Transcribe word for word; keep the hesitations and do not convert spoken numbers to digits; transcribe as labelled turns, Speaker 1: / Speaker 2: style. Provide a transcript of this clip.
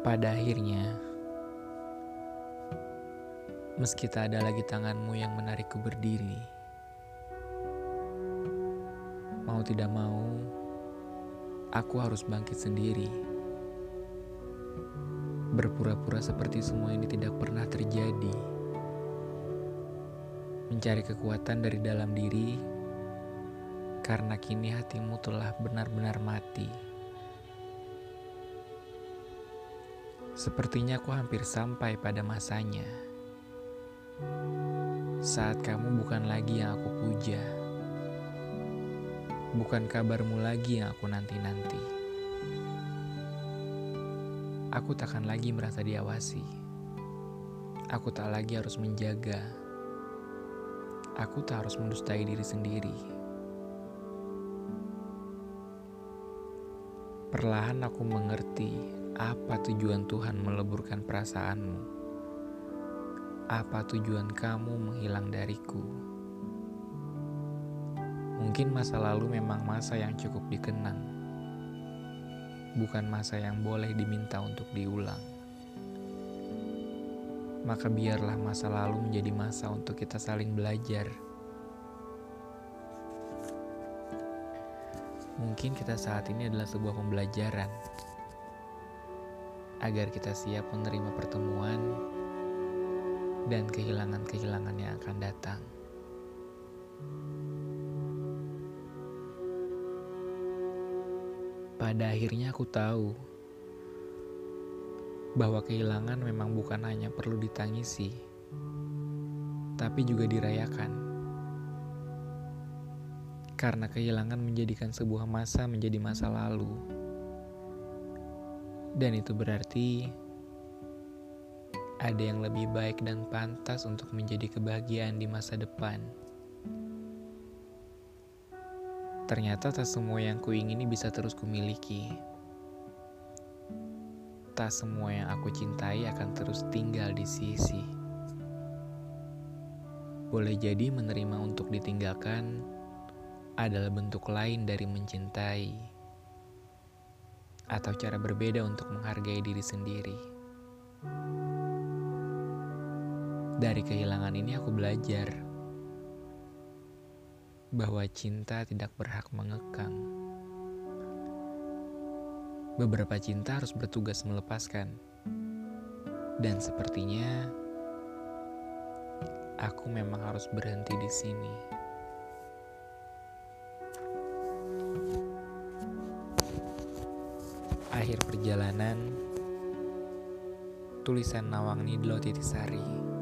Speaker 1: Pada akhirnya, meski tak ada lagi tanganmu yang menarikku berdiri, mau tidak mau, aku harus bangkit sendiri. Berpura-pura seperti semua ini tidak pernah terjadi. Mencari kekuatan dari dalam diri, karena kini hatimu telah benar-benar mati. Sepertinya aku hampir sampai pada masanya, saat kamu bukan lagi yang aku puja, bukan kabarmu lagi yang aku nanti-nanti. Aku takkan lagi merasa diawasi. Aku tak lagi harus menjaga. Aku tak harus mendustai diri sendiri. Perlahan aku mengerti apa tujuan Tuhan meleburkan perasaanmu. Apa tujuan kamu menghilang dariku. Mungkin masa lalu memang masa yang cukup dikenang, bukan masa yang boleh diminta untuk diulang. Maka biarlah masa lalu menjadi masa untuk kita saling belajar. Mungkin kita saat ini adalah sebuah pembelajaran, agar kita siap menerima pertemuan dan kehilangan-kehilangan yang akan datang. Pada akhirnya aku tahu bahwa kehilangan memang bukan hanya perlu ditangisi, tapi juga dirayakan. Karena kehilangan menjadikan sebuah masa menjadi masa lalu. Dan itu berarti ada yang lebih baik dan pantas untuk menjadi kebahagiaan di masa depan. Ternyata tak semua yang kuingini bisa terus kumiliki. Tak semua yang aku cintai akan terus tinggal di sisi. Boleh jadi menerima untuk ditinggalkan adalah bentuk lain dari mencintai, atau cara berbeda untuk menghargai diri sendiri. Dari kehilangan ini aku belajar bahwa cinta tidak berhak mengekang. Beberapa cinta harus bertugas melepaskan. Dan sepertinya aku memang harus berhenti di sini. Akhir perjalanan, tulisan Nawang Nidlo Titisari.